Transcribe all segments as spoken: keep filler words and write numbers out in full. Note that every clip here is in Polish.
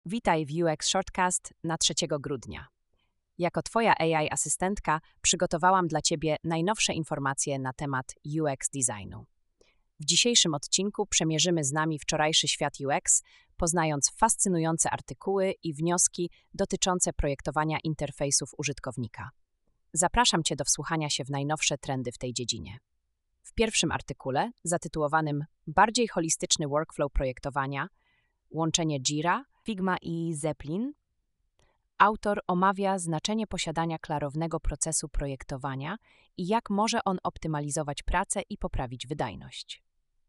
Witaj w U X Shortcast na trzeciego grudnia. Jako Twoja A I asystentka przygotowałam dla Ciebie najnowsze informacje na temat U X designu. W dzisiejszym odcinku przemierzymy z nami wczorajszy świat U X, poznając fascynujące artykuły i wnioski dotyczące projektowania interfejsów użytkownika. Zapraszam Cię do wsłuchania się w najnowsze trendy w tej dziedzinie. W pierwszym artykule, zatytułowanym Bardziej holistyczny workflow projektowania, łączenie Jira, Figma i Zeppelin, autor omawia znaczenie posiadania klarownego procesu projektowania i jak może on optymalizować pracę i poprawić wydajność.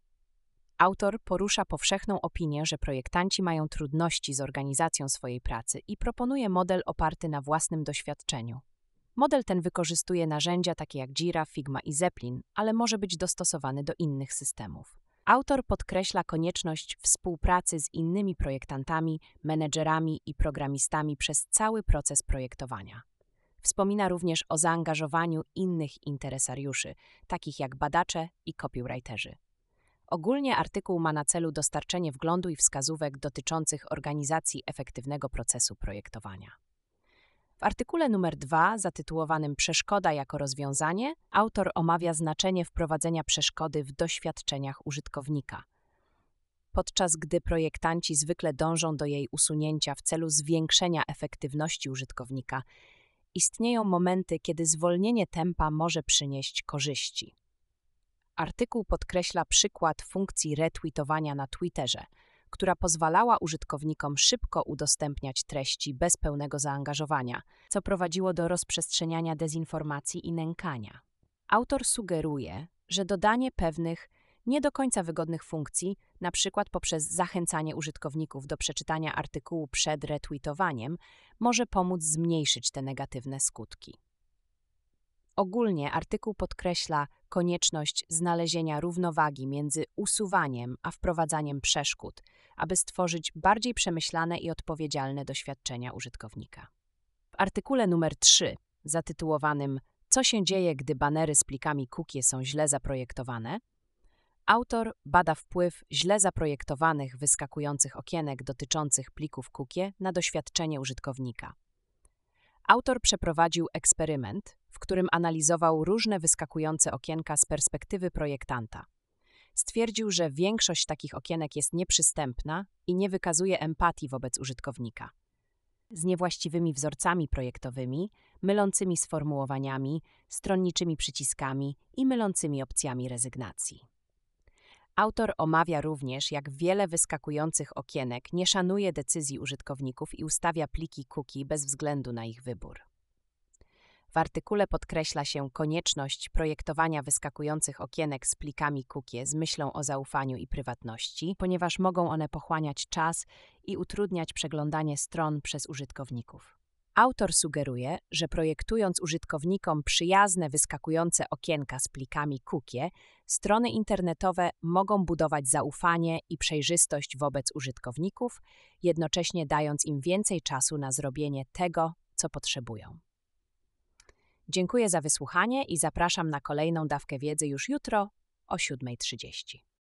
Autor porusza powszechną opinię, że projektanci mają trudności z organizacją swojej pracy i proponuje model oparty na własnym doświadczeniu. Model ten wykorzystuje narzędzia takie jak Jira, Figma i Zeppelin, ale może być dostosowany do innych systemów. Autor podkreśla konieczność współpracy z innymi projektantami, menedżerami i programistami przez cały proces projektowania. Wspomina również o zaangażowaniu innych interesariuszy, takich jak badacze i copywriterzy. Ogólnie artykuł ma na celu dostarczenie wglądu i wskazówek dotyczących organizacji efektywnego procesu projektowania. W artykule numer dwa, zatytułowanym Przeszkoda jako rozwiązanie, autor omawia znaczenie wprowadzenia przeszkody w doświadczeniach użytkownika. Podczas gdy projektanci zwykle dążą do jej usunięcia w celu zwiększenia efektywności użytkownika, istnieją momenty, kiedy zwolnienie tempa może przynieść korzyści. Artykuł podkreśla przykład funkcji retweetowania na Twitterze, która pozwalała użytkownikom szybko udostępniać treści bez pełnego zaangażowania, co prowadziło do rozprzestrzeniania dezinformacji i nękania. Autor sugeruje, że dodanie pewnych, nie do końca wygodnych funkcji, np. poprzez zachęcanie użytkowników do przeczytania artykułu przed retweetowaniem, może pomóc zmniejszyć te negatywne skutki. Ogólnie artykuł podkreśla konieczność znalezienia równowagi między usuwaniem a wprowadzaniem przeszkód, aby stworzyć bardziej przemyślane i odpowiedzialne doświadczenia użytkownika. W artykule numer trzy, zatytułowanym Co się dzieje, gdy banery z plikami cookie są źle zaprojektowane, autor bada wpływ źle zaprojektowanych wyskakujących okienek dotyczących plików cookie na doświadczenie użytkownika. Autor przeprowadził eksperyment, w którym analizował różne wyskakujące okienka z perspektywy projektanta. Stwierdził, że większość takich okienek jest nieprzystępna i nie wykazuje empatii wobec użytkownika. Z niewłaściwymi wzorcami projektowymi, mylącymi sformułowaniami, stronniczymi przyciskami i mylącymi opcjami rezygnacji. Autor omawia również, jak wiele wyskakujących okienek nie szanuje decyzji użytkowników i ustawia pliki cookie bez względu na ich wybór. W artykule podkreśla się konieczność projektowania wyskakujących okienek z plikami cookie z myślą o zaufaniu i prywatności, ponieważ mogą one pochłaniać czas i utrudniać przeglądanie stron przez użytkowników. Autor sugeruje, że projektując użytkownikom przyjazne wyskakujące okienka z plikami cookie, strony internetowe mogą budować zaufanie i przejrzystość wobec użytkowników, jednocześnie dając im więcej czasu na zrobienie tego, co potrzebują. Dziękuję za wysłuchanie i zapraszam na kolejną dawkę wiedzy już jutro o siódma trzydzieści.